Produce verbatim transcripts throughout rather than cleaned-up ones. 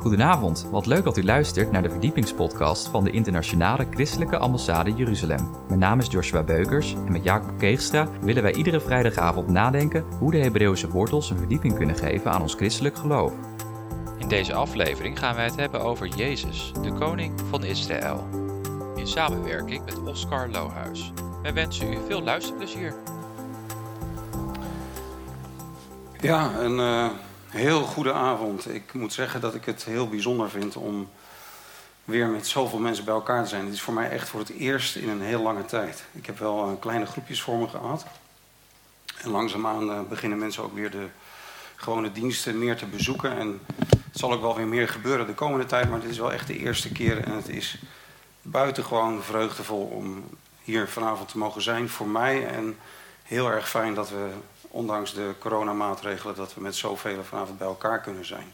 Goedenavond, wat leuk dat u luistert naar de verdiepingspodcast van de Internationale Christelijke Ambassade Jeruzalem. Mijn naam is Joshua Beukers en met Jacob Keegstra willen wij iedere vrijdagavond nadenken hoe de Hebreeuwse wortels een verdieping kunnen geven aan ons christelijk geloof. In deze aflevering gaan wij het hebben over Jezus, de koning van Israël. In samenwerking met Oscar Lohuis. Wij wensen u veel luisterplezier. Ja, een uh, heel goede avond. Ik moet zeggen dat ik het heel bijzonder vind om weer met zoveel mensen bij elkaar te zijn. Het is voor mij echt voor het eerst in een heel lange tijd. Ik heb wel uh, kleine groepjes voor me gehad. En langzaamaan uh, beginnen mensen ook weer de gewone diensten meer te bezoeken. En het zal ook wel weer meer gebeuren de komende tijd, maar dit is wel echt de eerste keer. En het is buitengewoon vreugdevol om hier vanavond te mogen zijn voor mij. En heel erg fijn dat we, ondanks de coronamaatregelen, dat we met zoveel vanavond bij elkaar kunnen zijn.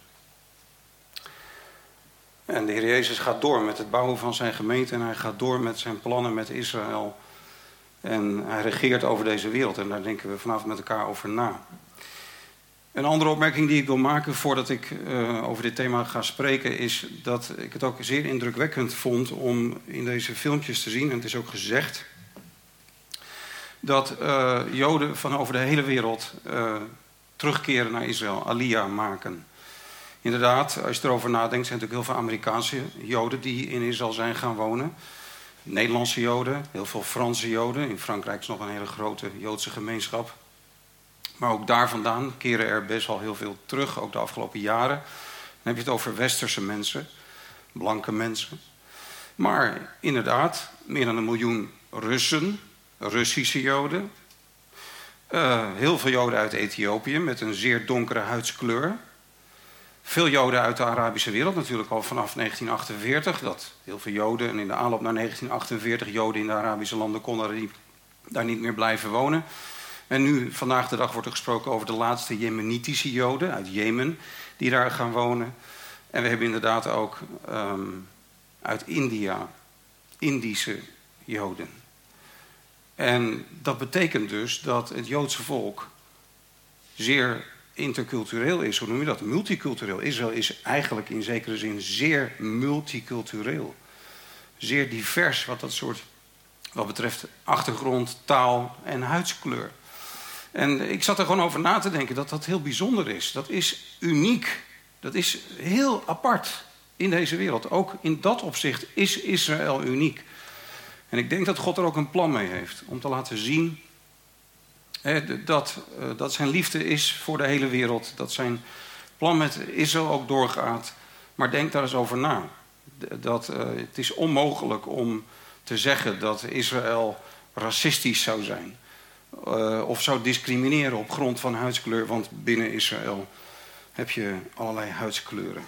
En de Heer Jezus gaat door met het bouwen van zijn gemeente en hij gaat door met zijn plannen met Israël. En hij regeert over deze wereld en daar denken we vanavond met elkaar over na. Een andere opmerking die ik wil maken voordat ik uh, over dit thema ga spreken is dat ik het ook zeer indrukwekkend vond om in deze filmpjes te zien, en het is ook gezegd, dat uh, Joden van over de hele wereld uh, terugkeren naar Israël, Aliyah maken. Inderdaad, als je erover nadenkt, zijn er natuurlijk heel veel Amerikaanse Joden die in Israël zijn gaan wonen. Nederlandse Joden, heel veel Franse Joden. In Frankrijk is nog een hele grote Joodse gemeenschap. Maar ook daar vandaan keren er best wel heel veel terug, ook de afgelopen jaren. Dan heb je het over westerse mensen, blanke mensen. Maar inderdaad, meer dan een miljoen Russen, Russische Joden. Uh, heel veel Joden uit Ethiopië met een zeer donkere huidskleur. Veel Joden uit de Arabische wereld, natuurlijk al vanaf negentien achtenveertig. Dat heel veel Joden, en in de aanloop naar negentien achtenveertig... Joden in de Arabische landen konden daar niet meer blijven wonen. En nu, vandaag de dag, wordt er gesproken over de laatste Jemenitische Joden uit Jemen die daar gaan wonen. En we hebben inderdaad ook um, uit India, Indische Joden. En dat betekent dus dat het Joodse volk zeer intercultureel is. Hoe noem je dat? Multicultureel. Israël is eigenlijk in zekere zin zeer multicultureel. Zeer divers wat dat soort, wat betreft achtergrond, taal en huidskleur. En ik zat er gewoon over na te denken dat dat heel bijzonder is. Dat is uniek. Dat is heel apart in deze wereld. Ook in dat opzicht is Israël uniek. En ik denk dat God er ook een plan mee heeft. Om te laten zien hè, dat, uh, dat zijn liefde is voor de hele wereld. Dat zijn plan met Israël ook doorgaat. Maar denk daar eens over na. Dat, uh, het is onmogelijk om te zeggen dat Israël racistisch zou zijn. Uh, of zou discrimineren op grond van huidskleur. Want binnen Israël heb je allerlei huidskleuren.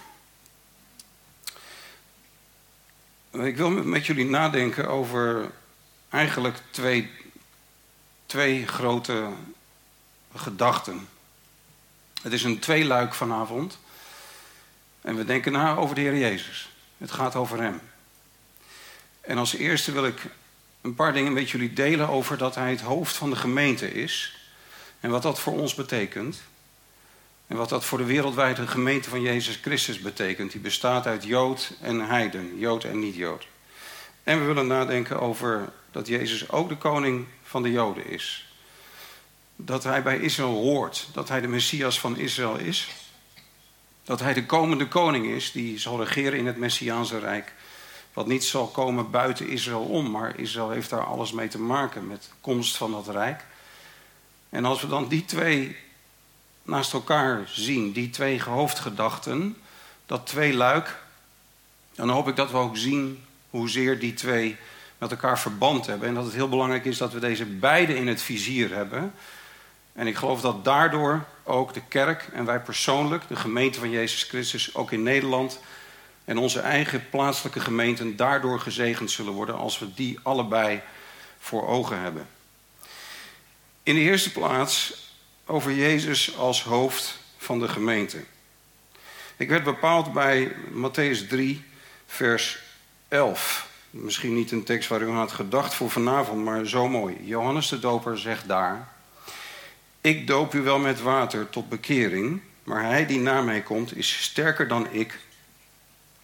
Ik wil met jullie nadenken over eigenlijk twee, twee grote gedachten. Het is een tweeluik vanavond. En we denken na over de Heer Jezus. Het gaat over hem. En als eerste wil ik een paar dingen met jullie delen over dat hij het hoofd van de gemeente is. En wat dat voor ons betekent. En wat dat voor de wereldwijde gemeente van Jezus Christus betekent. Die bestaat uit Jood en heiden, Jood en niet-Jood. En we willen nadenken over dat Jezus ook de koning van de Joden is. Dat hij bij Israël hoort, dat hij de Messias van Israël is. Dat hij de komende koning is die zal regeren in het Messiaanse Rijk. Wat niet zal komen buiten Israël om, maar Israël heeft daar alles mee te maken met de komst van dat Rijk. En als we dan die twee naast elkaar zien, die twee hoofdgedachten, dat tweeluik, dan hoop ik dat we ook zien hoezeer die twee met elkaar verband hebben. En dat het heel belangrijk is dat we deze beide in het vizier hebben. En ik geloof dat daardoor ook de kerk en wij persoonlijk, de gemeente van Jezus Christus, ook in Nederland en onze eigen plaatselijke gemeenten daardoor gezegend zullen worden als we die allebei voor ogen hebben. In de eerste plaats over Jezus als hoofd van de gemeente. Ik werd bepaald bij Mattheüs drie, vers elf. Misschien niet een tekst waar u aan had gedacht voor vanavond, maar zo mooi. Johannes de Doper zegt daar: Ik doop u wel met water tot bekering, maar hij die na mij komt is sterker dan ik.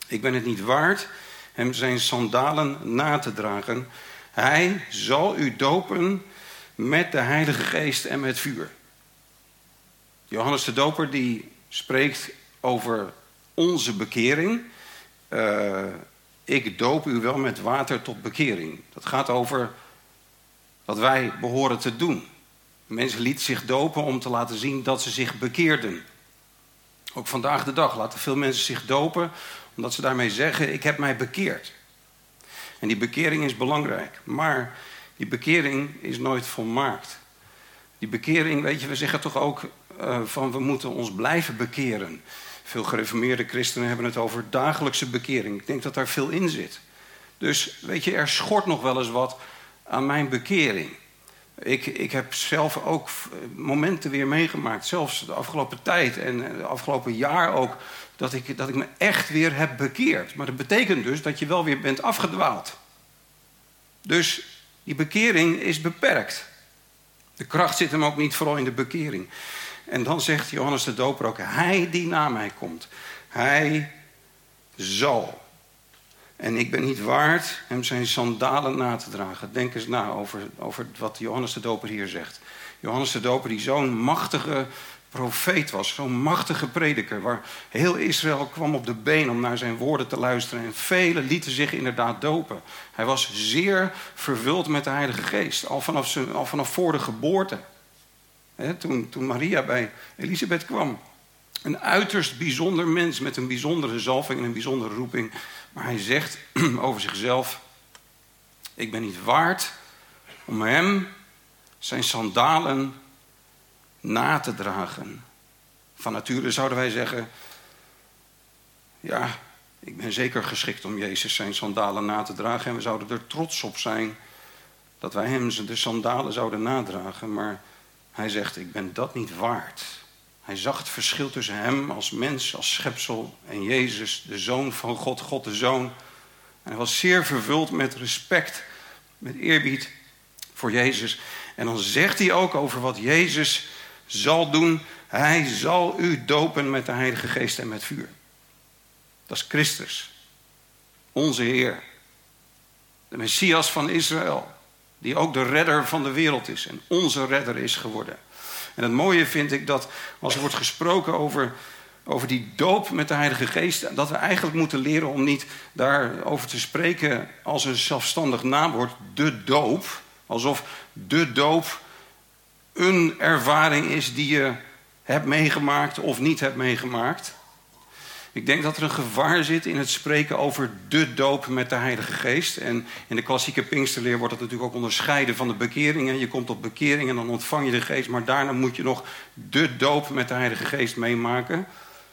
Ik ben het niet waard hem zijn sandalen na te dragen. Hij zal u dopen met de Heilige Geest en met vuur. Johannes de Doper die spreekt over onze bekering. Uh, ik doop u wel met water tot bekering. Dat gaat over wat wij behoren te doen. Mensen lieten zich dopen om te laten zien dat ze zich bekeerden. Ook vandaag de dag laten veel mensen zich dopen omdat ze daarmee zeggen, ik heb mij bekeerd. En die bekering is belangrijk. Maar die bekering is nooit volmaakt. Die bekering, weet je, we zeggen toch ook uh, van we moeten ons blijven bekeren. Veel gereformeerde christenen hebben het over dagelijkse bekering. Ik denk dat daar veel in zit. Dus weet je, er schort nog wel eens wat aan mijn bekering. Ik, ik heb zelf ook momenten weer meegemaakt, zelfs de afgelopen tijd en de afgelopen jaar ook, dat ik, dat ik me echt weer heb bekeerd. Maar dat betekent dus dat je wel weer bent afgedwaald. Dus die bekering is beperkt. De kracht zit hem ook niet vooral in de bekering. En dan zegt Johannes de Doper ook, hij die na mij komt, hij zal. En ik ben niet waard hem zijn sandalen na te dragen. Denk eens na over, over wat Johannes de Doper hier zegt. Johannes de Doper die zo'n machtige profeet was, zo'n machtige prediker, waar heel Israël kwam op de been om naar zijn woorden te luisteren. En velen lieten zich inderdaad dopen. Hij was zeer vervuld met de Heilige Geest, al vanaf, zijn, al vanaf voor de geboorte. He, toen, toen Maria bij Elisabeth kwam. Een uiterst bijzonder mens met een bijzondere zalving en een bijzondere roeping. Maar hij zegt over zichzelf, ik ben niet waard om hem zijn sandalen na te dragen. Van nature zouden wij zeggen, ja, ik ben zeker geschikt om Jezus zijn sandalen na te dragen. En we zouden er trots op zijn dat wij hem de sandalen zouden nadragen. Maar hij zegt, ik ben dat niet waard. Hij zag het verschil tussen hem als mens, als schepsel en Jezus, de Zoon van God, God de Zoon. En hij was zeer vervuld met respect, met eerbied voor Jezus. En dan zegt hij ook over wat Jezus zal doen. Hij zal u dopen met de Heilige Geest en met vuur. Dat is Christus, onze Heer. De Messias van Israël, die ook de redder van de wereld is en onze redder is geworden. En het mooie vind ik dat als er wordt gesproken over, over die doop met de Heilige Geest, dat we eigenlijk moeten leren om niet daarover te spreken als een zelfstandig naamwoord, de doop. Alsof de doop een ervaring is die je hebt meegemaakt of niet hebt meegemaakt. Ik denk dat er een gevaar zit in het spreken over de doop met de Heilige Geest. En in de klassieke Pinksterleer wordt dat natuurlijk ook onderscheiden van de bekering. Je komt tot bekering en dan ontvang je de Geest. Maar daarna moet je nog de doop met de Heilige Geest meemaken.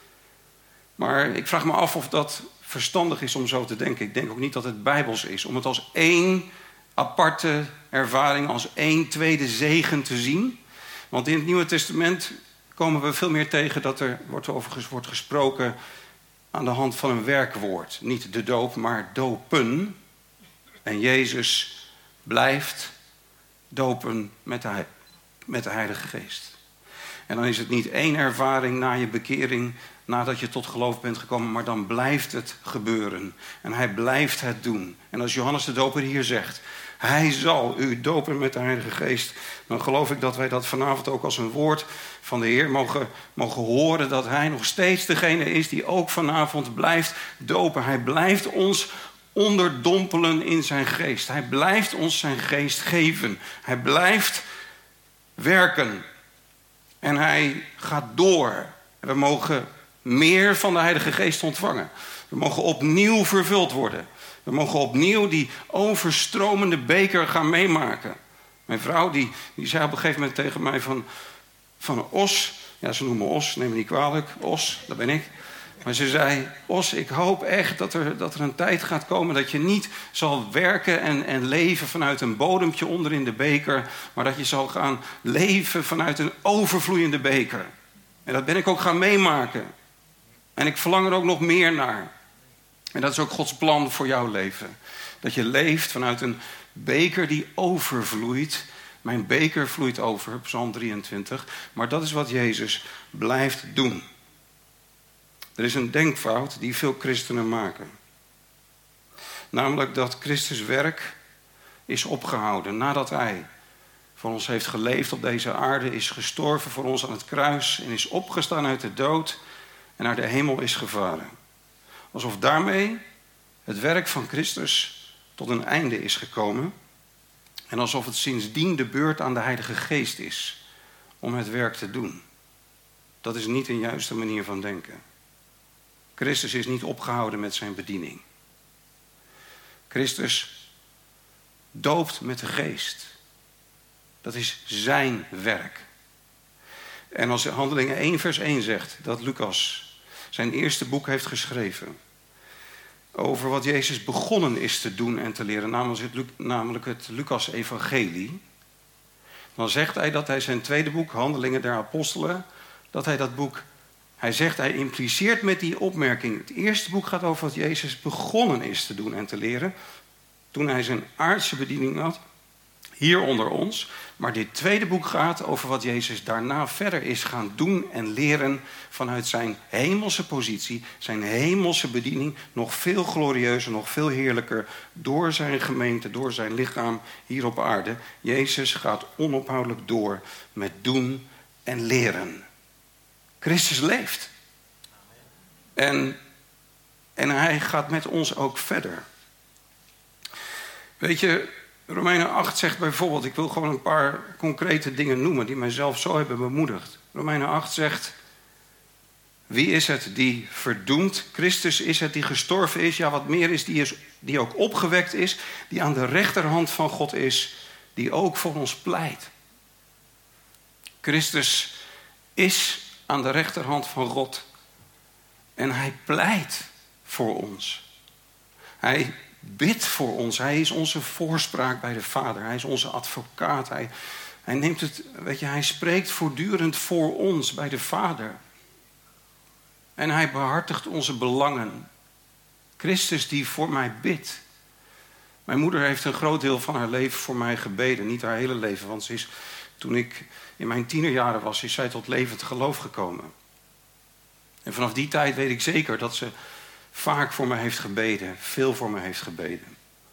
Maar ik vraag me af of dat verstandig is om zo te denken. Ik denk ook niet dat het bijbels is. Om het als één aparte ervaring, als één tweede zegen te zien. Want in het Nieuwe Testament komen we veel meer tegen dat er wordt over wordt gesproken aan de hand van een werkwoord. Niet de doop, maar dopen. En Jezus blijft dopen met de, met de Heilige Geest. En dan is het niet één ervaring na je bekering, nadat je tot geloof bent gekomen, maar dan blijft het gebeuren. En hij blijft het doen. En als Johannes de Doper hier zegt, hij zal u dopen met de Heilige Geest, dan geloof ik dat wij dat vanavond ook als een woord van de Heer mogen, mogen horen, dat hij nog steeds degene is die ook vanavond blijft dopen. Hij blijft ons onderdompelen in zijn geest. Hij blijft ons zijn geest geven. Hij blijft werken. En hij gaat door. We mogen meer van de Heilige Geest ontvangen. We mogen opnieuw vervuld worden. We mogen opnieuw die overstromende beker gaan meemaken. Mijn vrouw die, die zei op een gegeven moment tegen mij van, van Os. Ja, ze noemen me Os, neem me niet kwalijk. Os, dat ben ik. Maar ze zei, Os, ik hoop echt dat er, dat er een tijd gaat komen dat je niet zal werken en, en leven vanuit een bodempje onder in de beker. Maar dat je zal gaan leven vanuit een overvloeiende beker. En dat ben ik ook gaan meemaken. En ik verlang er ook nog meer naar. En dat is ook Gods plan voor jouw leven. Dat je leeft vanuit een beker die overvloeit. Mijn beker vloeit over, Psalm drieëntwintig. Maar dat is wat Jezus blijft doen. Er is een denkfout die veel christenen maken. Namelijk dat Christus' werk is opgehouden nadat hij voor ons heeft geleefd op deze aarde, is gestorven voor ons aan het kruis en is opgestaan uit de dood en naar de hemel is gevaren. Alsof daarmee het werk van Christus tot een einde is gekomen en alsof het sindsdien de beurt aan de Heilige Geest is om het werk te doen. Dat is niet een juiste manier van denken. Christus is niet opgehouden met zijn bediening. Christus doopt met de Geest. Dat is zijn werk. En als Handelingen één vers één zegt dat Lucas zijn eerste boek heeft geschreven over wat Jezus begonnen is te doen en te leren, namelijk het Lucas-evangelie, dan zegt hij dat hij zijn tweede boek, Handelingen der Apostelen, dat hij dat boek, hij zegt, hij impliceert met die opmerking, het eerste boek gaat over wat Jezus begonnen is te doen en te leren, toen hij zijn aardse bediening had, hier onder ons. Maar dit tweede boek gaat over wat Jezus daarna verder is gaan doen en leren vanuit zijn hemelse positie, zijn hemelse bediening, nog veel glorieuzer, nog veel heerlijker, door zijn gemeente, door zijn lichaam hier op aarde. Jezus gaat onophoudelijk door met doen en leren. Christus leeft. En, en hij gaat met ons ook verder. Weet je, Romeinen acht zegt bijvoorbeeld, ik wil gewoon een paar concrete dingen noemen die mijzelf zo hebben bemoedigd. Romeinen acht zegt, wie is het die verdoemt? Christus is het die gestorven is, ja wat meer is, die, is, die ook opgewekt is, die aan de rechterhand van God is, die ook voor ons pleit. Christus is aan de rechterhand van God en hij pleit voor ons. Hij bidt voor ons. Hij is onze voorspraak bij de Vader. Hij is onze advocaat. Hij, hij neemt het, weet je, hij spreekt voortdurend voor ons bij de Vader. En hij behartigt onze belangen. Christus die voor mij bidt. Mijn moeder heeft een groot deel van haar leven voor mij gebeden. Niet haar hele leven, want ze is, toen ik in mijn tienerjaren was, is zij tot levend geloof gekomen. En vanaf die tijd weet ik zeker dat ze vaak voor me heeft gebeden, veel voor me heeft gebeden.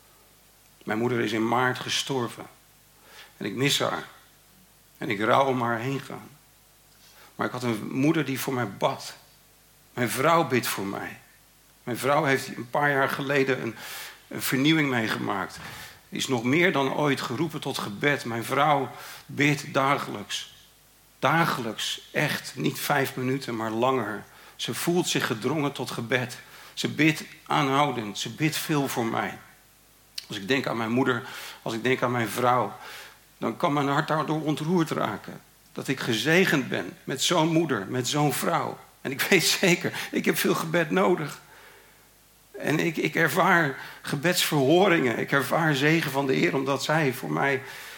Mijn moeder is in maart gestorven. En ik mis haar. En ik rouw om haar heen gaan. Maar ik had een moeder die voor mij bad. Mijn vrouw bidt voor mij. Mijn vrouw heeft een paar jaar geleden een, een vernieuwing meegemaakt. Is nog meer dan ooit geroepen tot gebed. Mijn vrouw bidt dagelijks. Dagelijks. Echt. Niet vijf minuten, maar langer. Ze voelt zich gedrongen tot gebed. Ze bidt aanhoudend. Ze bidt veel voor mij. Als ik denk aan mijn moeder, als ik denk aan mijn vrouw, dan kan mijn hart daardoor ontroerd raken. Dat ik gezegend ben met zo'n moeder, met zo'n vrouw. En ik weet zeker, ik heb veel gebed nodig. En ik, ik ervaar gebedsverhoringen. Ik ervaar zegen van de Heer, omdat zij voor mij,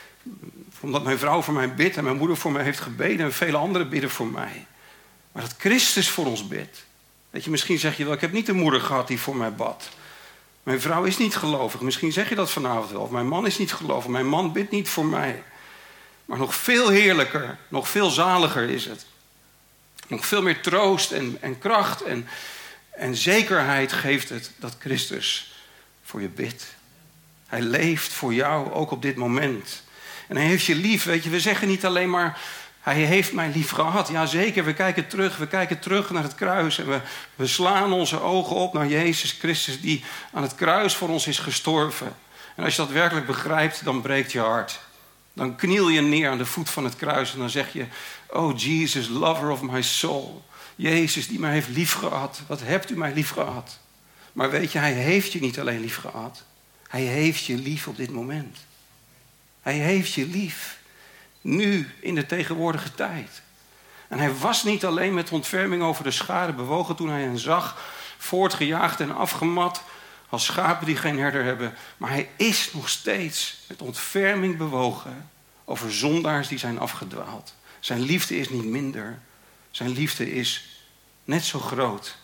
omdat mijn vrouw voor mij bidt en mijn moeder voor mij heeft gebeden en vele anderen bidden voor mij. Maar dat Christus voor ons bidt. Weet je, misschien zeg je wel, ik heb niet een moeder gehad die voor mij bad. Mijn vrouw is niet gelovig. Misschien zeg je dat vanavond wel. Of mijn man is niet gelovig. Mijn man bidt niet voor mij. Maar nog veel heerlijker, nog veel zaliger is het. Nog veel meer troost en, en kracht en, en zekerheid geeft het dat Christus voor je bidt. Hij leeft voor jou, ook op dit moment. En hij heeft je lief, weet je. We zeggen niet alleen maar, hij heeft mij lief gehad. Jazeker, we kijken terug. We kijken terug naar het kruis. En we, we slaan onze ogen op naar Jezus Christus die aan het kruis voor ons is gestorven. En als je dat werkelijk begrijpt, dan breekt je hart. Dan kniel je neer aan de voet van het kruis. En dan zeg je, oh Jesus, lover of my soul. Jezus die mij heeft lief gehad. Wat hebt u mij lief gehad? Maar weet je, hij heeft je niet alleen lief gehad. Hij heeft je lief op dit moment. Hij heeft je lief. Nu, in de tegenwoordige tijd. En hij was niet alleen met ontferming over de schade bewogen toen hij hen zag, voortgejaagd en afgemat, als schapen die geen herder hebben. Maar hij is nog steeds met ontferming bewogen over zondaars die zijn afgedwaald. Zijn liefde is niet minder. Zijn liefde is net zo groot.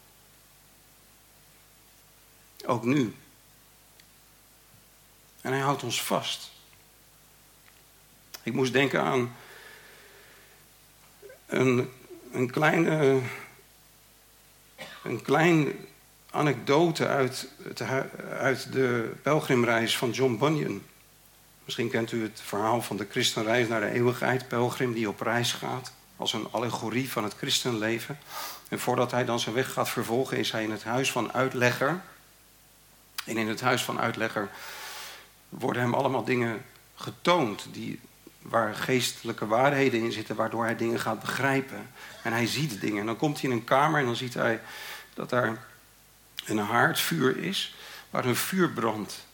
Ook nu. En hij houdt ons vast. Ik moest denken aan een, een kleine een klein anekdote uit, het, uit de pelgrimreis van John Bunyan. Misschien kent u het verhaal van de christenreis naar de eeuwigheid. Pelgrim die op reis gaat als een allegorie van het christenleven. En voordat hij dan zijn weg gaat vervolgen is hij in het huis van uitlegger. En in het huis van uitlegger worden hem allemaal dingen getoond die, waar geestelijke waarheden in zitten, waardoor hij dingen gaat begrijpen. En hij ziet dingen. En dan komt hij in een kamer en dan ziet hij dat daar een haardvuur is, waar een vuur brandt.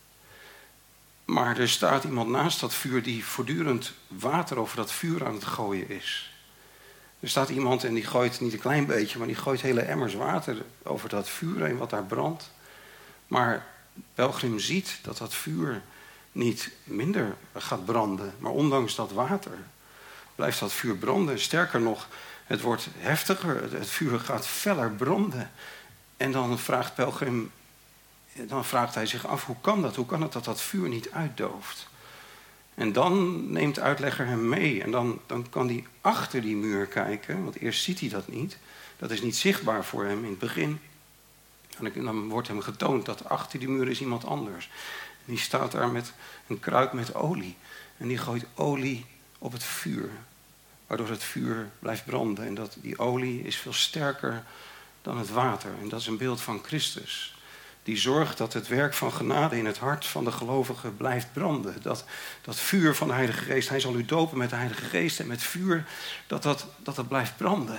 Maar er staat iemand naast dat vuur die voortdurend water over dat vuur aan het gooien is. Er staat iemand en die gooit niet een klein beetje, maar die gooit hele emmers water over dat vuur heen wat daar brandt. Maar pelgrim ziet dat dat vuur niet minder gaat branden, maar ondanks dat water blijft dat vuur branden. Sterker nog, het wordt heftiger, het vuur gaat feller branden. En dan vraagt pelgrim, dan vraagt hij zich af, hoe kan dat? Hoe kan het dat dat vuur niet uitdooft? En dan neemt uitlegger hem mee en dan, dan kan hij achter die muur kijken, want eerst ziet hij dat niet. Dat is niet zichtbaar voor hem in het begin. En dan wordt hem getoond dat achter die muur is iemand anders. En die staat daar met een kruik met olie. En die gooit olie op het vuur, waardoor het vuur blijft branden. En dat, die olie is veel sterker dan het water. En dat is een beeld van Christus. Die zorgt dat het werk van genade in het hart van de gelovige blijft branden. Dat, dat vuur van de Heilige Geest, hij zal u dopen met de Heilige Geest en met vuur, dat dat, dat, dat blijft branden.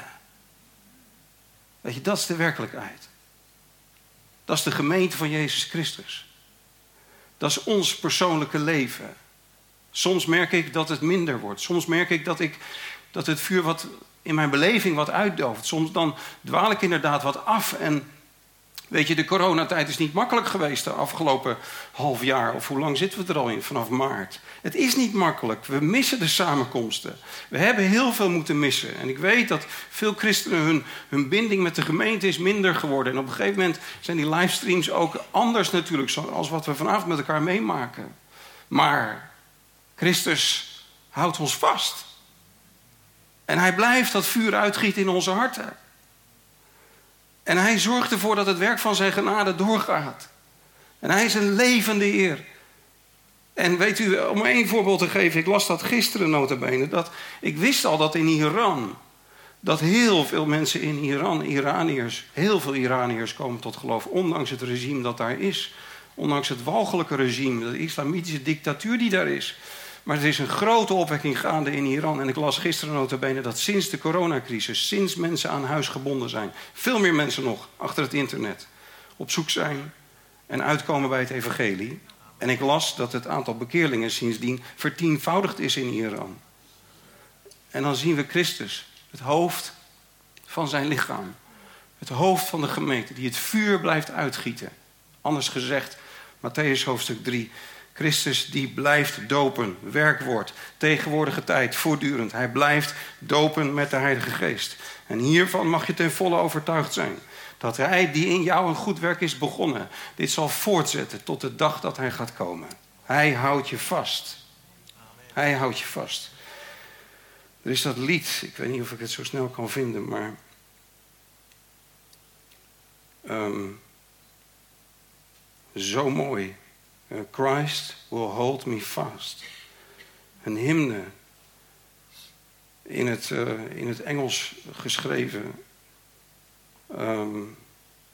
Weet je, dat is de werkelijkheid. Dat is de gemeente van Jezus Christus. Dat is ons persoonlijke leven. Soms merk ik dat het minder wordt. Soms merk ik dat, ik, dat het vuur wat in mijn beleving wat uitdooft. Soms dan dwaal ik inderdaad wat af. En weet je, de coronatijd is niet makkelijk geweest de afgelopen half jaar. Of hoe lang zitten we er al in? Vanaf maart. Het is niet makkelijk. We missen de samenkomsten. We hebben heel veel moeten missen. En ik weet dat veel christenen hun, hun binding met de gemeente is minder geworden. En op een gegeven moment zijn die livestreams ook anders natuurlijk. Zoals wat we vanavond met elkaar meemaken. Maar Christus houdt ons vast. En hij blijft dat vuur uitgieten in onze harten. En hij zorgt ervoor dat het werk van zijn genade doorgaat. En hij is een levende Heer. En weet u, om één voorbeeld te geven, ik las dat gisteren nota bene, dat ik wist al dat in Iran, dat heel veel mensen in Iran, Iraniërs, heel veel Iraniërs komen tot geloof, ondanks het regime dat daar is. Ondanks het walgelijke regime, de islamitische dictatuur die daar is. Maar er is een grote opwekking gaande in Iran. En ik las gisteren nota bene dat sinds de coronacrisis, sinds mensen aan huis gebonden zijn, veel meer mensen nog achter het internet op zoek zijn en uitkomen bij het evangelie. En ik las dat het aantal bekeerlingen sindsdien vertienvoudigd is in Iran. En dan zien we Christus, het hoofd van zijn lichaam. Het hoofd van de gemeente, die het vuur blijft uitgieten. Anders gezegd, Mattheüs hoofdstuk drie. Christus die blijft dopen, werkwoord, tegenwoordige tijd, voortdurend. Hij blijft dopen met de Heilige Geest. En hiervan mag je ten volle overtuigd zijn. Dat hij die in jou een goed werk is begonnen, dit zal voortzetten tot de dag dat hij gaat komen. Hij houdt je vast. Hij houdt je vast. Er is dat lied, ik weet niet of ik het zo snel kan vinden, maar Um, zo mooi. Uh, Christ will hold me fast. Een hymne. In het, uh, in het Engels geschreven. Um,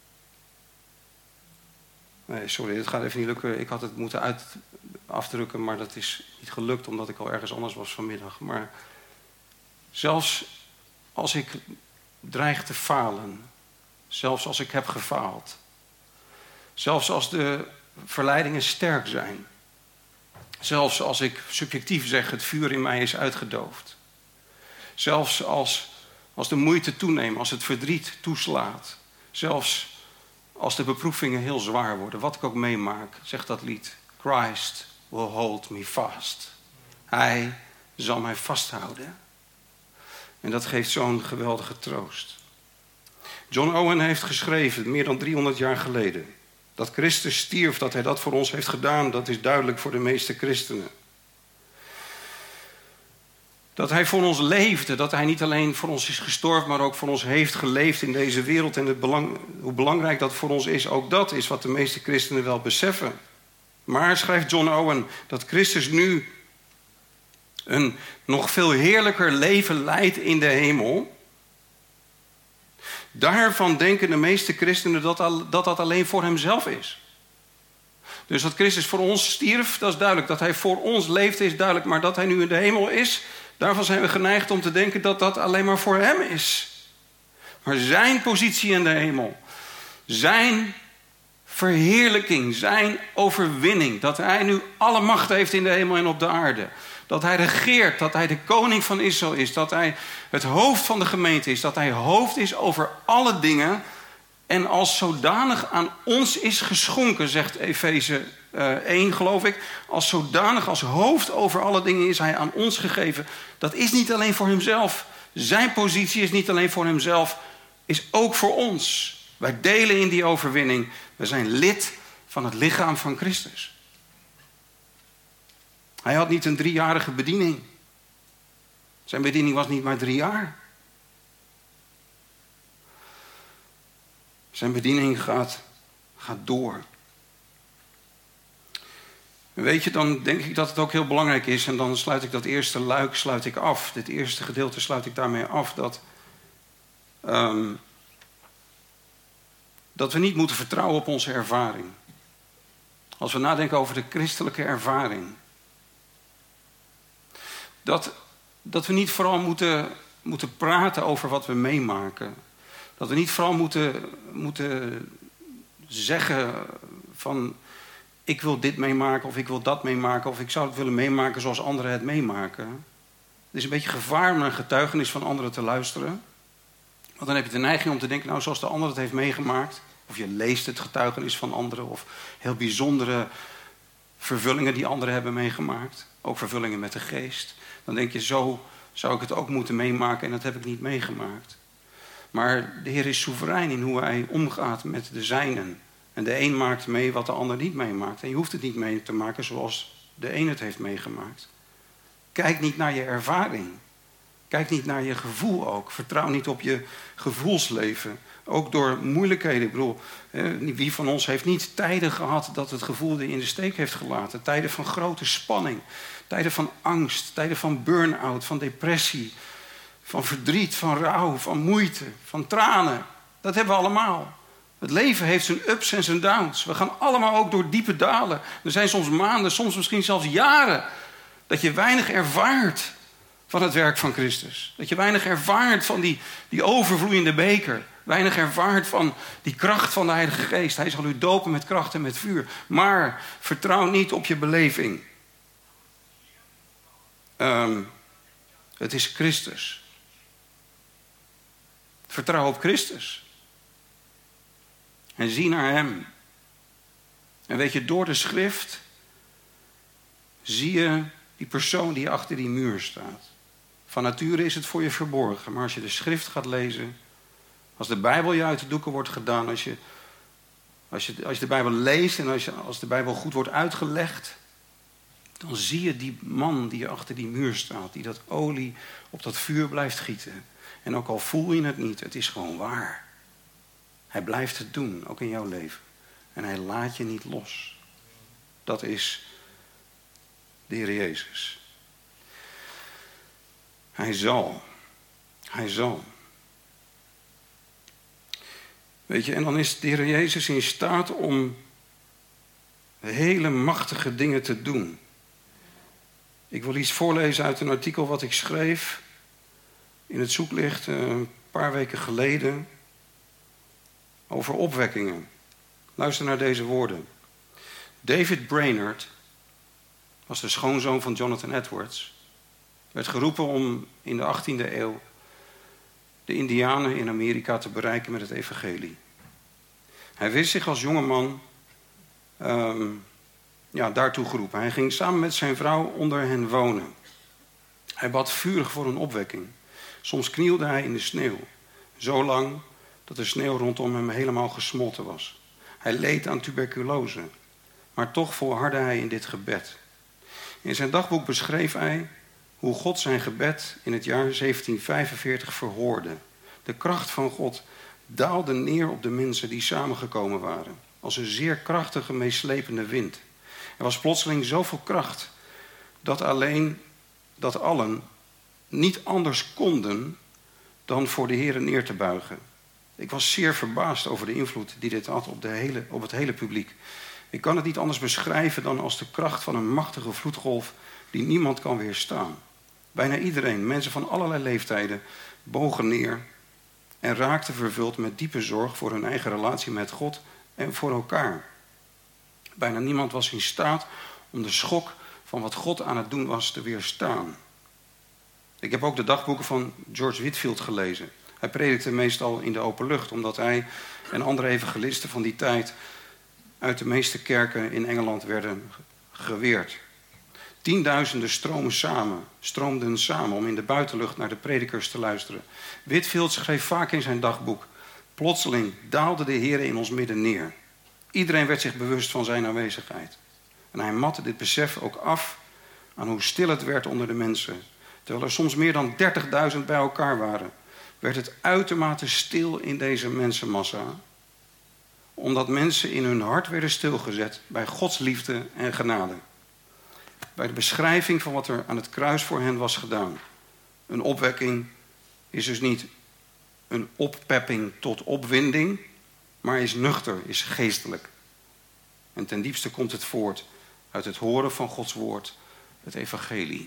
nee, sorry, het gaat even niet lukken. Ik had het moeten uit, afdrukken, maar dat is niet gelukt omdat ik al ergens anders was vanmiddag. Maar zelfs als ik dreig te falen, zelfs als ik heb gefaald, zelfs als de verleidingen sterk zijn, zelfs als ik subjectief zeg het vuur in mij is uitgedoofd, zelfs als, als de moeite toeneemt, als het verdriet toeslaat, zelfs als de beproevingen heel zwaar worden, wat ik ook meemaak, zegt dat lied, Christ will hold me fast. Hij zal mij vasthouden. En dat geeft zo'n geweldige troost. John Owen heeft geschreven, meer dan driehonderd jaar geleden, dat Christus stierf, dat hij dat voor ons heeft gedaan, dat is duidelijk voor de meeste christenen. Dat hij voor ons leefde. Dat hij niet alleen voor ons is gestorven, maar ook voor ons heeft geleefd in deze wereld. En het belang, hoe belangrijk dat voor ons is, ook dat is wat de meeste christenen wel beseffen. Maar, schrijft John Owen, dat Christus nu een nog veel heerlijker leven leidt in de hemel. Daarvan denken de meeste christenen dat dat, dat alleen voor hemzelf is. Dus dat Christus voor ons stierf, dat is duidelijk. Dat hij voor ons leefde, is duidelijk. Maar dat hij nu in de hemel is, daarvan zijn we geneigd om te denken dat dat alleen maar voor hem is. Maar zijn positie in de hemel, zijn verheerlijking, zijn overwinning, dat hij nu alle macht heeft in de hemel en op de aarde. Dat hij regeert, dat hij de koning van Israël is, dat hij het hoofd van de gemeente is, dat hij hoofd is over alle dingen en als zodanig aan ons is geschonken, zegt Efeze één, geloof ik. Als zodanig, als hoofd over alle dingen is hij aan ons gegeven. Dat is niet alleen voor hemzelf. Zijn positie is niet alleen voor hemzelf, is ook voor ons. Wij delen in die overwinning. We zijn lid van het lichaam van Christus. Hij had niet een driejarige bediening. Zijn bediening was niet maar drie jaar. Zijn bediening gaat, gaat door. En weet je, dan denk ik dat het ook heel belangrijk is. En dan sluit ik dat eerste luik sluit ik af. Dit eerste gedeelte sluit ik daarmee af. Dat, um, dat we niet moeten vertrouwen op onze ervaring. Als we nadenken over de christelijke ervaring. Dat, dat we niet vooral moeten, moeten praten over wat we meemaken. Dat we niet vooral moeten, moeten zeggen van ik wil dit meemaken of ik wil dat meemaken of ik zou het willen meemaken zoals anderen het meemaken. Het is een beetje gevaar om naar een getuigenis van anderen te luisteren. Want dan heb je de neiging om te denken, nou zoals de ander het heeft meegemaakt. Of je leest het getuigenis van anderen of heel bijzondere vervullingen die anderen hebben meegemaakt. Ook vervullingen met de geest. Dan denk je, zo zou ik het ook moeten meemaken en dat heb ik niet meegemaakt. Maar de Heer is soeverein in hoe hij omgaat met de zijnen. En de een maakt mee wat de ander niet meemaakt. En je hoeft het niet mee te maken zoals de een het heeft meegemaakt. Kijk niet naar je ervaring. Kijk niet naar je gevoel ook. Vertrouw niet op je gevoelsleven. Ook door moeilijkheden. Ik bedoel, wie van ons heeft niet tijden gehad dat het gevoel er in de steek heeft gelaten. Tijden van grote spanning. Tijden van angst. Tijden van burn-out. Van depressie. Van verdriet. Van rouw. Van moeite. Van tranen. Dat hebben we allemaal. Het leven heeft zijn ups en zijn downs. We gaan allemaal ook door diepe dalen. Er zijn soms maanden, soms misschien zelfs jaren, dat je weinig ervaart van het werk van Christus. Dat je weinig ervaart van die, die overvloeiende beker. Weinig ervaart van die kracht van de Heilige Geest. Hij zal u dopen met kracht en met vuur. Maar vertrouw niet op je beleving. Um, het is Christus. Vertrouw op Christus. En zie naar hem. En weet je, door de schrift zie je die persoon die achter die muur staat. Van nature is het voor je verborgen. Maar als je de schrift gaat lezen, als de Bijbel je uit de doeken wordt gedaan, als je, als je, als je de Bijbel leest en als, je, als de Bijbel goed wordt uitgelegd, dan zie je die man die achter die muur staat, die dat olie op dat vuur blijft gieten. En ook al voel je het niet, het is gewoon waar. Hij blijft het doen, ook in jouw leven. En hij laat je niet los. Dat is de Heer Jezus. Hij zal. Hij zal. Weet je, en dan is de Heer Jezus in staat om hele machtige dingen te doen. Ik wil iets voorlezen uit een artikel wat ik schreef in het Zoeklicht een paar weken geleden. Over opwekkingen. Luister naar deze woorden. David Brainerd was de schoonzoon van Jonathan Edwards. Werd geroepen om in de achttiende eeuw de Indianen in Amerika te bereiken met het evangelie. Hij wist zich als jongeman um, ja, daartoe geroepen. Hij ging samen met zijn vrouw onder hen wonen. Hij bad vurig voor een opwekking. Soms knielde hij in de sneeuw. Zo lang dat de sneeuw rondom hem helemaal gesmolten was. Hij leed aan tuberculose. Maar toch volhardde hij in dit gebed. In zijn dagboek beschreef hij hoe God zijn gebed in het jaar zeventien vijfenveertig verhoorde. De kracht van God daalde neer op de mensen die samengekomen waren, als een zeer krachtige, meeslepende wind. Er was plotseling zoveel kracht dat alleen dat allen niet anders konden dan voor de Heere neer te buigen. Ik was zeer verbaasd over de invloed die dit had op, de hele, op het hele publiek. Ik kan het niet anders beschrijven dan als de kracht van een machtige vloedgolf die niemand kan weerstaan. Bijna iedereen, mensen van allerlei leeftijden, bogen neer en raakten vervuld met diepe zorg voor hun eigen relatie met God en voor elkaar. Bijna niemand was in staat om de schok van wat God aan het doen was te weerstaan. Ik heb ook de dagboeken van George Whitefield gelezen. Hij predikte meestal in de open lucht, omdat hij en andere evangelisten van die tijd uit de meeste kerken in Engeland werden geweerd. Tienduizenden stromen samen, stroomden samen om in de buitenlucht naar de predikers te luisteren. Whitefield schreef vaak in zijn dagboek: plotseling daalde de Heer in ons midden neer. Iedereen werd zich bewust van zijn aanwezigheid. En hij matte dit besef ook af aan hoe stil het werd onder de mensen. Terwijl er soms meer dan dertigduizend bij elkaar waren, werd het uitermate stil in deze mensenmassa. Omdat mensen in hun hart werden stilgezet bij Gods liefde en genade. Bij de beschrijving van wat er aan het kruis voor hen was gedaan. Een opwekking is dus niet een oppepping tot opwinding, maar is nuchter, is geestelijk. En ten diepste komt het voort uit het horen van Gods woord, het evangelie.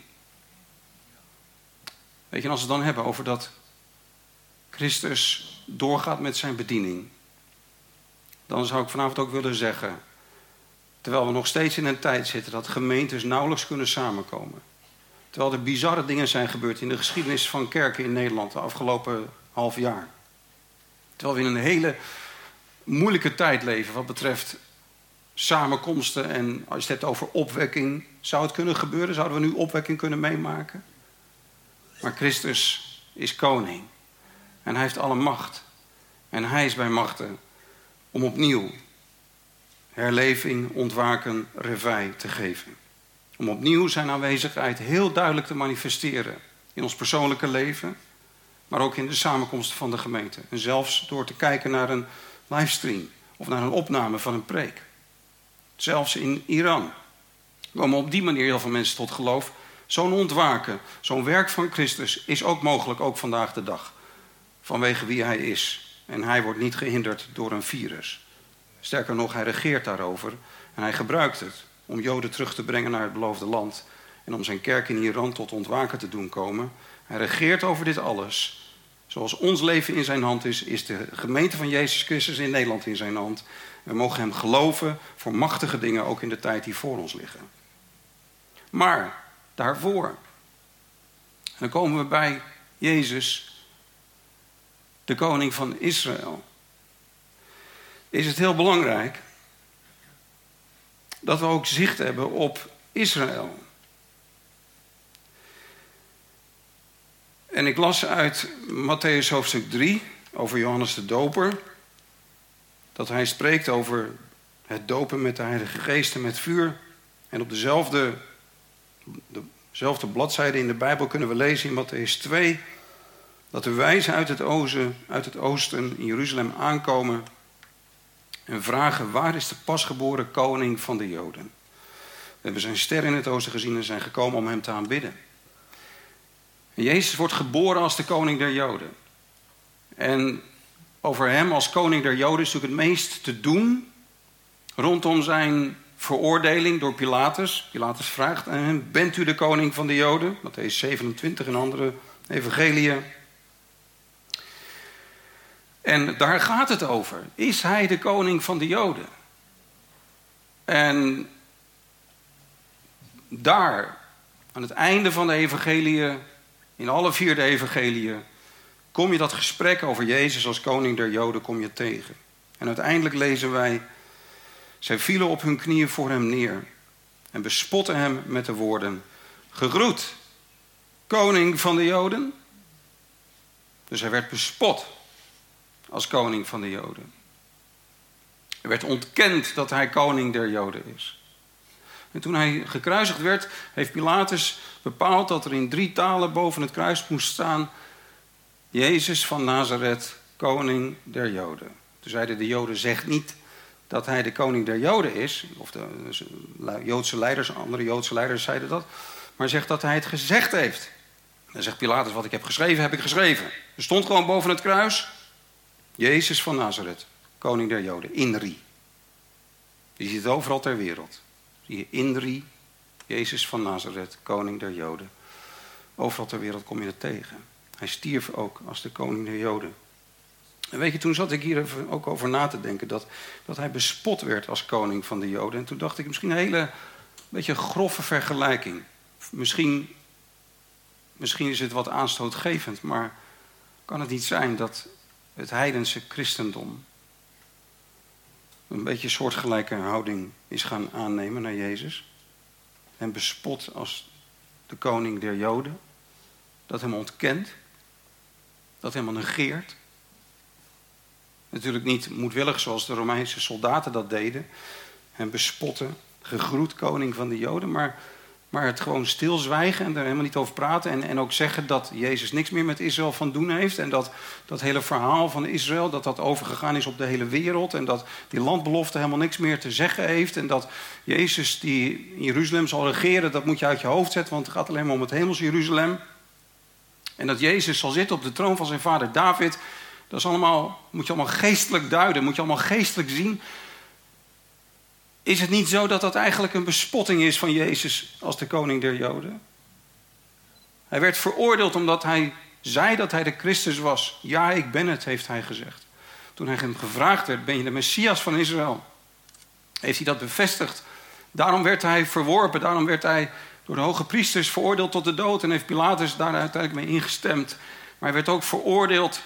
Weet je, en als we het dan hebben over dat Christus doorgaat met zijn bediening, dan zou ik vanavond ook willen zeggen, terwijl we nog steeds in een tijd zitten dat gemeentes nauwelijks kunnen samenkomen. Terwijl er bizarre dingen zijn gebeurd in de geschiedenis van kerken in Nederland de afgelopen half jaar. Terwijl we in een hele moeilijke tijd leven wat betreft samenkomsten. En als je het hebt over opwekking, zou het kunnen gebeuren? Zouden we nu opwekking kunnen meemaken? Maar Christus is koning. En hij heeft alle macht. En hij is bij machten om opnieuw herleving, ontwaken, reveil te geven. Om opnieuw zijn aanwezigheid heel duidelijk te manifesteren in ons persoonlijke leven, maar ook in de samenkomsten van de gemeente. En zelfs door te kijken naar een livestream of naar een opname van een preek. Zelfs in Iran komen op die manier heel veel mensen tot geloof. Zo'n ontwaken, zo'n werk van Christus is ook mogelijk, ook vandaag de dag. Vanwege wie hij is. En hij wordt niet gehinderd door een virus. Sterker nog, hij regeert daarover. En hij gebruikt het om Joden terug te brengen naar het beloofde land. En om zijn kerk in Iran tot ontwaken te doen komen. Hij regeert over dit alles. Zoals ons leven in zijn hand is, is de gemeente van Jezus Christus in Nederland in zijn hand. We mogen hem geloven voor machtige dingen, ook in de tijd die voor ons liggen. Maar daarvoor, en dan komen we bij Jezus, de koning van Israël, is het heel belangrijk dat we ook zicht hebben op Israël. En ik las uit Mattheüs hoofdstuk drie over Johannes de Doper, dat hij spreekt over het dopen met de Heilige Geest en met vuur. En op dezelfde, dezelfde bladzijde in de Bijbel kunnen we lezen in Mattheüs twee... dat de wijzen uit het oosten, uit het oosten in Jeruzalem aankomen en vragen: waar is de pasgeboren koning van de Joden? We hebben zijn ster in het oosten gezien en zijn gekomen om hem te aanbidden. En Jezus wordt geboren als de koning der Joden. En over hem als koning der Joden is natuurlijk het meest te doen rondom zijn veroordeling door Pilatus. Pilatus vraagt aan hem: bent u de koning van de Joden? Mattheüs zevenentwintig en andere evangeliën. En daar gaat het over. Is hij de koning van de Joden? En daar, aan het einde van de evangeliën, in alle vier de evangeliën, kom je dat gesprek over Jezus als koning der Joden kom je tegen. En uiteindelijk lezen wij: zij vielen op hun knieën voor hem neer en bespotten hem met de woorden: gegroet, koning van de Joden. Dus hij werd bespot als koning van de Joden. Er werd ontkend dat hij koning der Joden is. En toen hij gekruisigd werd, heeft Pilatus bepaald dat er in drie talen boven het kruis moest staan: Jezus van Nazareth, koning der Joden. Toen zeiden de Joden: zeg niet dat hij de koning der Joden is. Of de Joodse leiders, andere Joodse leiders zeiden dat. Maar zegt dat hij het gezegd heeft. Dan zegt Pilatus: wat ik heb geschreven, heb ik geschreven. Er stond gewoon boven het kruis: Jezus van Nazareth, koning der Joden. Inri. Die ziet het overal ter wereld. Zie je Inri, Jezus van Nazareth, koning der Joden. Overal ter wereld kom je het tegen. Hij stierf ook als de koning der Joden. En weet je, toen zat ik hier even ook over na te denken dat, dat hij bespot werd als koning van de Joden. En toen dacht ik, misschien een hele beetje grove vergelijking. Misschien, misschien is het wat aanstootgevend, maar kan het niet zijn dat het heidense christendom een beetje soortgelijke houding is gaan aannemen naar Jezus? En bespot als de koning der Joden. Dat hem ontkent. Dat hem negeert. Natuurlijk niet moedwillig zoals de Romeinse soldaten dat deden. Hem bespotten, gegroet koning van de Joden. Maar, maar het gewoon stilzwijgen en er helemaal niet over praten. En, en ook zeggen dat Jezus niks meer met Israël van doen heeft. En dat dat hele verhaal van Israël, dat dat overgegaan is op de hele wereld. En dat die landbelofte helemaal niks meer te zeggen heeft. En dat Jezus die in Jeruzalem zal regeren, dat moet je uit je hoofd zetten. Want het gaat alleen maar om het hemelse Jeruzalem. En dat Jezus zal zitten op de troon van zijn vader David. Dat is allemaal, moet je allemaal geestelijk duiden. Moet je allemaal geestelijk zien. Is het niet zo dat dat eigenlijk een bespotting is van Jezus als de koning der Joden? Hij werd veroordeeld omdat hij zei dat hij de Christus was. Ja, ik ben het, heeft hij gezegd. Toen hij hem gevraagd werd, ben je de Messias van Israël? Heeft hij dat bevestigd. Daarom werd hij verworpen. Daarom werd hij door de hoge priesters veroordeeld tot de dood. En heeft Pilatus daar uiteindelijk mee ingestemd. Maar hij werd ook veroordeeld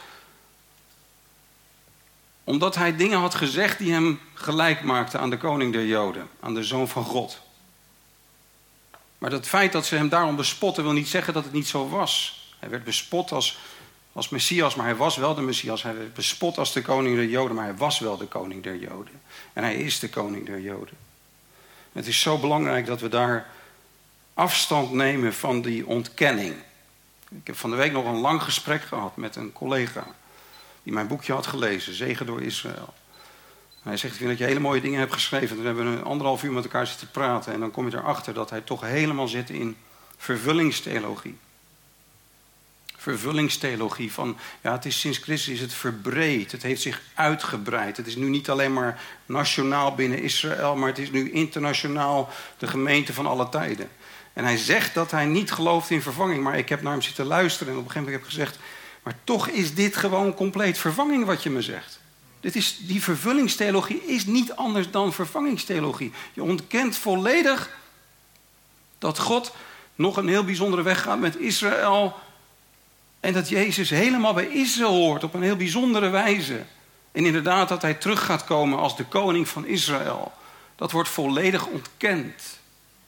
omdat hij dingen had gezegd die hem gelijk maakten aan de koning der Joden. Aan de Zoon van God. Maar het feit dat ze hem daarom bespotten wil niet zeggen dat het niet zo was. Hij werd bespot als, als Messias, maar hij was wel de Messias. Hij werd bespot als de koning der Joden, maar hij was wel de koning der Joden. En hij is de koning der Joden. Het is zo belangrijk dat we daar afstand nemen van die ontkenning. Ik heb van de week nog een lang gesprek gehad met een collega die mijn boekje had gelezen, Zegen door Israël. Hij zegt: ik vind dat je hele mooie dingen hebt geschreven. Toen hebben we een anderhalf uur met elkaar zitten praten. En dan kom je erachter dat hij toch helemaal zit in vervullingstheologie. Vervullingstheologie van, ja, het is sinds Christus is het verbreed. Het heeft zich uitgebreid. Het is nu niet alleen maar nationaal binnen Israël, maar het is nu internationaal de gemeente van alle tijden. En hij zegt dat hij niet gelooft in vervanging. Maar ik heb naar hem zitten luisteren en op een gegeven moment heb ik gezegd: maar toch is dit gewoon compleet vervanging wat je me zegt. Dit is, die vervullingstheologie is niet anders dan vervangingstheologie. Je ontkent volledig dat God nog een heel bijzondere weg gaat met Israël. En dat Jezus helemaal bij Israël hoort op een heel bijzondere wijze. En inderdaad dat hij terug gaat komen als de koning van Israël. Dat wordt volledig ontkend.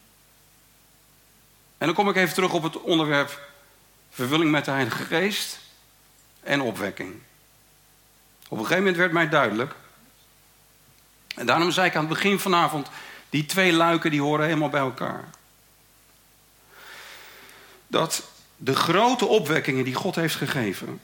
En dan kom ik even terug op het onderwerp vervulling met de Heilige Geest en opwekking. Op een gegeven moment werd mij duidelijk, en daarom zei ik aan het begin vanavond, die twee luiken die horen helemaal bij elkaar. Dat de grote opwekkingen die God heeft gegeven,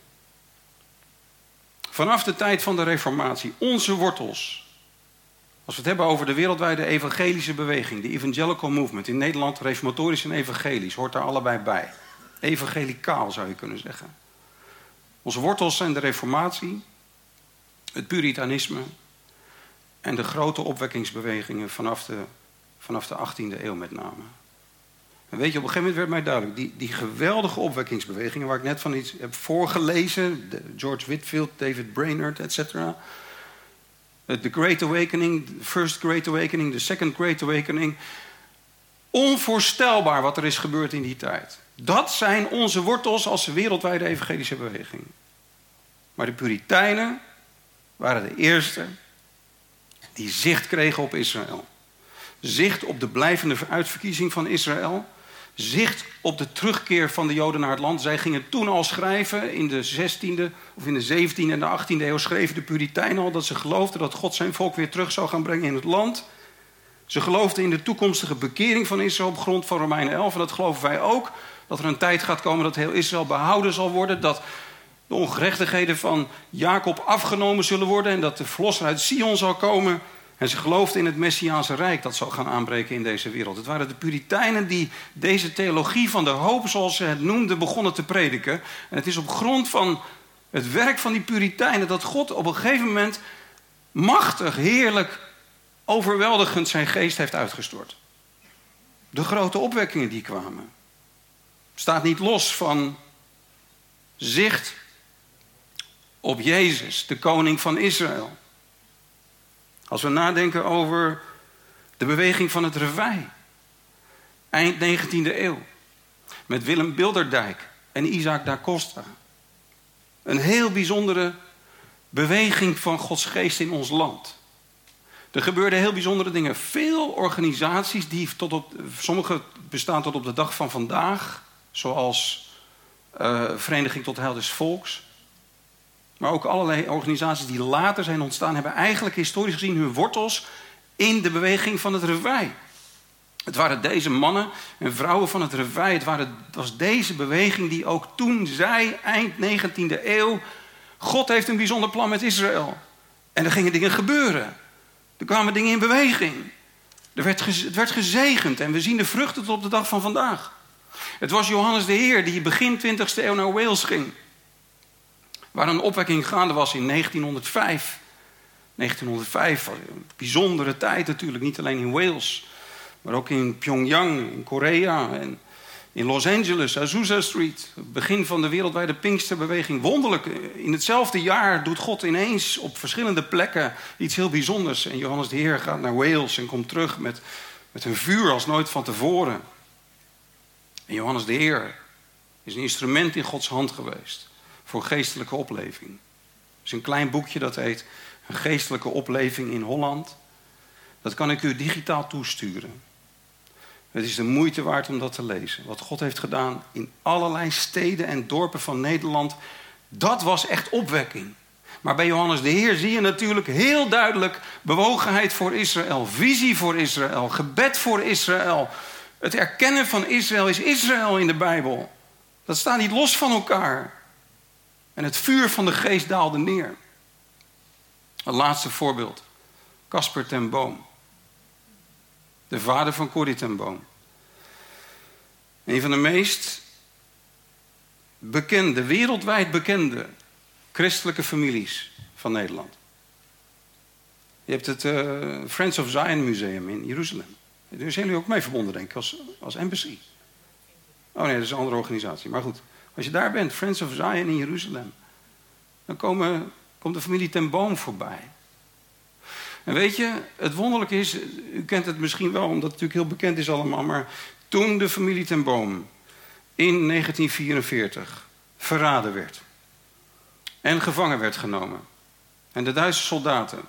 vanaf de tijd van de Reformatie, onze wortels, als we het hebben over de wereldwijde evangelische beweging, de evangelical movement, in Nederland reformatorisch en evangelisch, hoort daar allebei bij. Evangelicaal zou je kunnen zeggen. Onze wortels zijn de Reformatie, het Puritanisme en de grote opwekkingsbewegingen vanaf de, vanaf de achttiende eeuw met name. En weet je, op een gegeven moment werd mij duidelijk, die, die geweldige opwekkingsbewegingen waar ik net van iets heb voorgelezen, de George Whitefield, David Brainerd, et cetera. The Great Awakening, the First Great Awakening, the Second Great Awakening. Onvoorstelbaar wat er is gebeurd in die tijd. Dat zijn onze wortels als wereldwijde evangelische beweging. Maar de Puritijnen waren de eerste die zicht kregen op Israël. Zicht op de blijvende uitverkiezing van Israël. Zicht op de terugkeer van de Joden naar het land. Zij gingen toen al schrijven, in de zestiende of in de zeventiende en de achttiende eeuw schreven de Puritijnen al dat ze geloofden dat God zijn volk weer terug zou gaan brengen in het land. Ze geloofden in de toekomstige bekering van Israël op grond van Romeinen elf. En dat geloven wij ook. Dat er een tijd gaat komen dat heel Israël behouden zal worden. Dat de ongerechtigheden van Jacob afgenomen zullen worden. En dat de verlosser uit Sion zal komen. En ze geloofden in het Messiaanse Rijk dat zal gaan aanbreken in deze wereld. Het waren de Puritijnen die deze theologie van de hoop, zoals ze het noemden, begonnen te prediken. En het is op grond van het werk van die Puritijnen dat God op een gegeven moment machtig, heerlijk, overweldigend zijn geest heeft uitgestort. De grote opwekkingen die kwamen. Staat niet los van zicht op Jezus, de koning van Israël. Als we nadenken over de beweging van het Revij. Eind negentiende eeuw. Met Willem Bilderdijk en Isaac da Costa. Een heel bijzondere beweging van Gods geest in ons land. Er gebeurden heel bijzondere dingen. Veel organisaties, die tot op, sommige bestaan tot op de dag van vandaag. Zoals uh, Vereniging tot Heil des Volks. Maar ook allerlei organisaties die later zijn ontstaan, hebben eigenlijk historisch gezien hun wortels in de beweging van het Revij. Het waren deze mannen en vrouwen van het Revij. Het, waren, het was deze beweging die ook toen zei, eind negentiende eeuw, God heeft een bijzonder plan met Israël. En er gingen dingen gebeuren. Er kwamen dingen in beweging. Er werd gez, het werd gezegend en we zien de vruchten tot op de dag van vandaag. Het was Johannes de Heer die begin twintigste eeuw naar Wales ging. Waar een opwekking gaande was in negentienhonderdvijf. negentienhonderdvijf was een bijzondere tijd natuurlijk. Niet alleen in Wales. Maar ook in Pyongyang, in Korea. En in Los Angeles, Azusa Street. Het begin van de wereldwijde Pinksterbeweging. Wonderlijk. In hetzelfde jaar doet God ineens op verschillende plekken iets heel bijzonders. En Johannes de Heer gaat naar Wales en komt terug met, met een vuur als nooit van tevoren. En Johannes de Heer is een instrument in Gods hand geweest. Voor geestelijke opleving. Er is een klein boekje dat heet Een geestelijke opleving in Holland. Dat kan ik u digitaal toesturen. Het is de moeite waard om dat te lezen. Wat God heeft gedaan in allerlei steden en dorpen van Nederland. Dat was echt opwekking. Maar bij Johannes de Heer zie je natuurlijk heel duidelijk bewogenheid voor Israël. Visie voor Israël. Gebed voor Israël. Het erkennen van Israël is Israël in de Bijbel. Dat staat niet los van elkaar. En het vuur van de geest daalde neer. Een laatste voorbeeld. Casper ten Boom. De vader van Corrie ten Boom. Een van de meest bekende, wereldwijd bekende christelijke families van Nederland. Je hebt het uh, Friends of Zion Museum in Jeruzalem. Daar zijn jullie ook mee verbonden, denk ik, als, als embassy. Oh nee, dat is een andere organisatie. Maar goed, als je daar bent, Friends of Zion in Jeruzalem, dan komen, komt de familie ten Boom voorbij. En weet je, het wonderlijke is, u kent het misschien wel, omdat het natuurlijk heel bekend is allemaal, maar toen de familie ten Boom in negentien vierenveertig verraden werd en gevangen werd genomen en de Duitse soldaten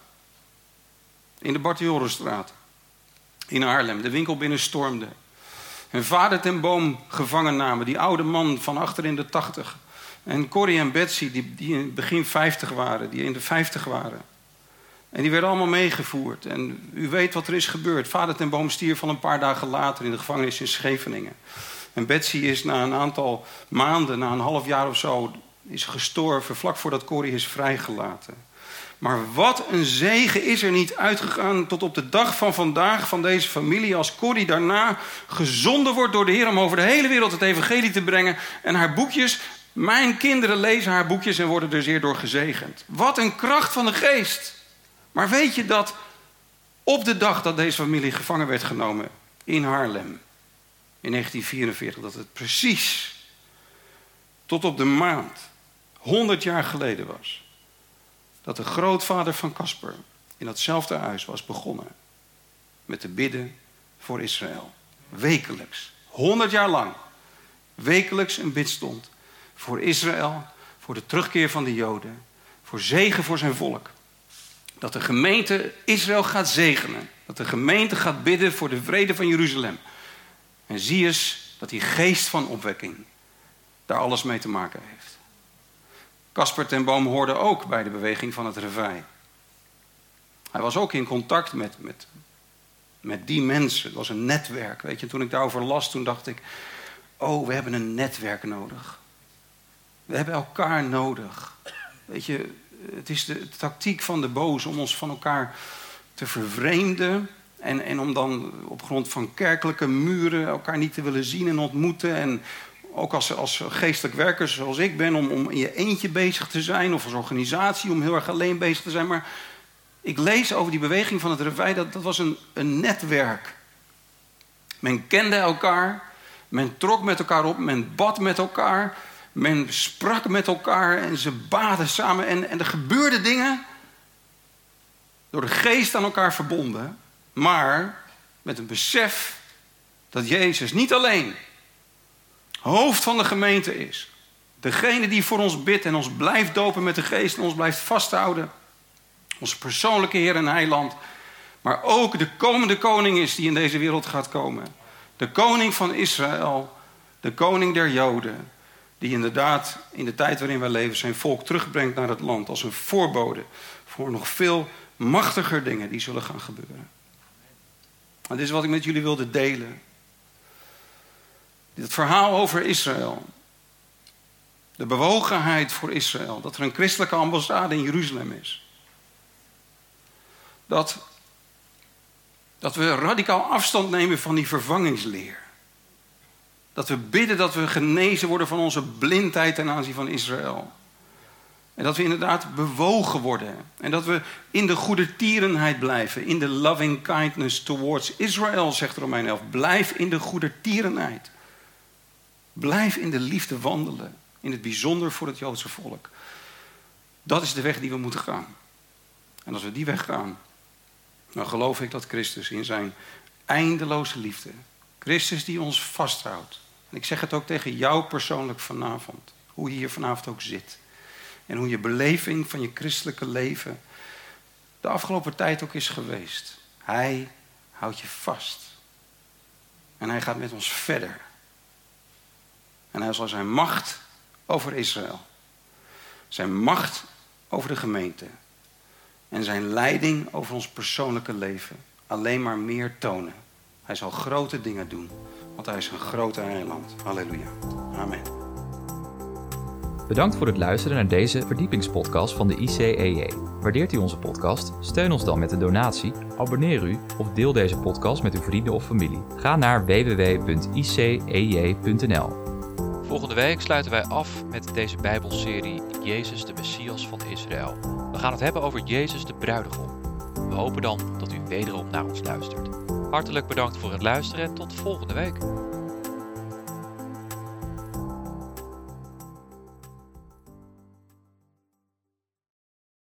in de Bartiorenstraat in Haarlem de winkel binnenstormden, hun vader ten Boom gevangen namen, die oude man van achter in de tachtig, en Corrie en Betsy die, die in het begin vijftig waren, die in de vijftig waren. En die werden allemaal meegevoerd. En u weet wat er is gebeurd. Vader ten Boom stierf al een paar dagen later in de gevangenis in Scheveningen. En Betsy is na een aantal maanden, na een half jaar of zo, is gestorven vlak voordat Corrie is vrijgelaten. Maar wat een zegen is er niet uitgegaan tot op de dag van vandaag van deze familie, als Corrie daarna gezonden wordt door de Heer om over de hele wereld het evangelie te brengen. En haar boekjes, mijn kinderen lezen haar boekjes en worden er zeer door gezegend. Wat een kracht van de geest. Maar weet je dat op de dag dat deze familie gevangen werd genomen in Haarlem in negentien vierenveertig, dat het precies tot op de maand honderd jaar geleden was dat de grootvader van Casper in datzelfde huis was begonnen met te bidden voor Israël. Wekelijks, honderd jaar lang, wekelijks een bidstond voor Israël, voor de terugkeer van de Joden, voor zegen voor zijn volk. Dat de gemeente Israël gaat zegenen. Dat de gemeente gaat bidden voor de vrede van Jeruzalem. En zie eens dat die geest van opwekking daar alles mee te maken heeft. Casper ten Boom hoorde ook bij de beweging van het Revij. Hij was ook in contact met, met met die mensen. Het was een netwerk. Weet je, toen ik daarover las, toen dacht ik, oh, we hebben een netwerk nodig. We hebben elkaar nodig. Weet je, het is de tactiek van de boze om ons van elkaar te vervreemden. En, en om dan op grond van kerkelijke muren elkaar niet te willen zien en ontmoeten. En ook als, als geestelijk werkers zoals ik ben, om, om in je eentje bezig te zijn. Of als organisatie om heel erg alleen bezig te zijn. Maar ik lees over die beweging van het Reveil, dat, dat was een, een netwerk. Men kende elkaar. Men trok met elkaar op. Men bad met elkaar. Men sprak met elkaar. En ze baden samen. En, en er gebeurden dingen door de geest aan elkaar verbonden. Maar met een besef dat Jezus niet alleen hoofd van de gemeente is. Degene die voor ons bidt en ons blijft dopen met de geest en ons blijft vasthouden. Onze persoonlijke Heer en Heiland. Maar ook de komende koning is die in deze wereld gaat komen. De koning van Israël. De koning der Joden. Die inderdaad in de tijd waarin wij leven zijn volk terugbrengt naar het land. Als een voorbode voor nog veel machtiger dingen die zullen gaan gebeuren. En dit is wat ik met jullie wilde delen. Dit verhaal over Israël. De bewogenheid voor Israël. Dat er een christelijke ambassade in Jeruzalem is. Dat, dat we radicaal afstand nemen van die vervangingsleer. Dat we bidden dat we genezen worden van onze blindheid ten aanzien van Israël. En dat we inderdaad bewogen worden. En dat we in de goedertierenheid blijven. In de loving kindness towards Israel, zegt Romein elf. Blijf in de goedertierenheid. Blijf in de liefde wandelen. In het bijzonder voor het Joodse volk. Dat is de weg die we moeten gaan. En als we die weg gaan, dan geloof ik dat Christus in zijn eindeloze liefde, Christus die ons vasthoudt. En ik zeg het ook tegen jou persoonlijk vanavond. Hoe je hier vanavond ook zit. En hoe je beleving van je christelijke leven de afgelopen tijd ook is geweest. Hij houdt je vast. En hij gaat met ons verder. En hij zal zijn macht over Israël. Zijn macht over de gemeente. En zijn leiding over ons persoonlijke leven alleen maar meer tonen. Hij zal grote dingen doen. Want hij is een grote eiland. Halleluja. Amen. Bedankt voor het luisteren naar deze verdiepingspodcast van de I C E J. Waardeert u onze podcast? Steun ons dan met een donatie, abonneer u of deel deze podcast met uw vrienden of familie. Ga naar w w w punt i c e j punt n l. Volgende week sluiten wij af met deze Bijbelserie Jezus de Messias van Israël. We gaan het hebben over Jezus de bruidegom. We hopen dan dat u wederom naar ons luistert. Hartelijk bedankt voor het luisteren en tot volgende week.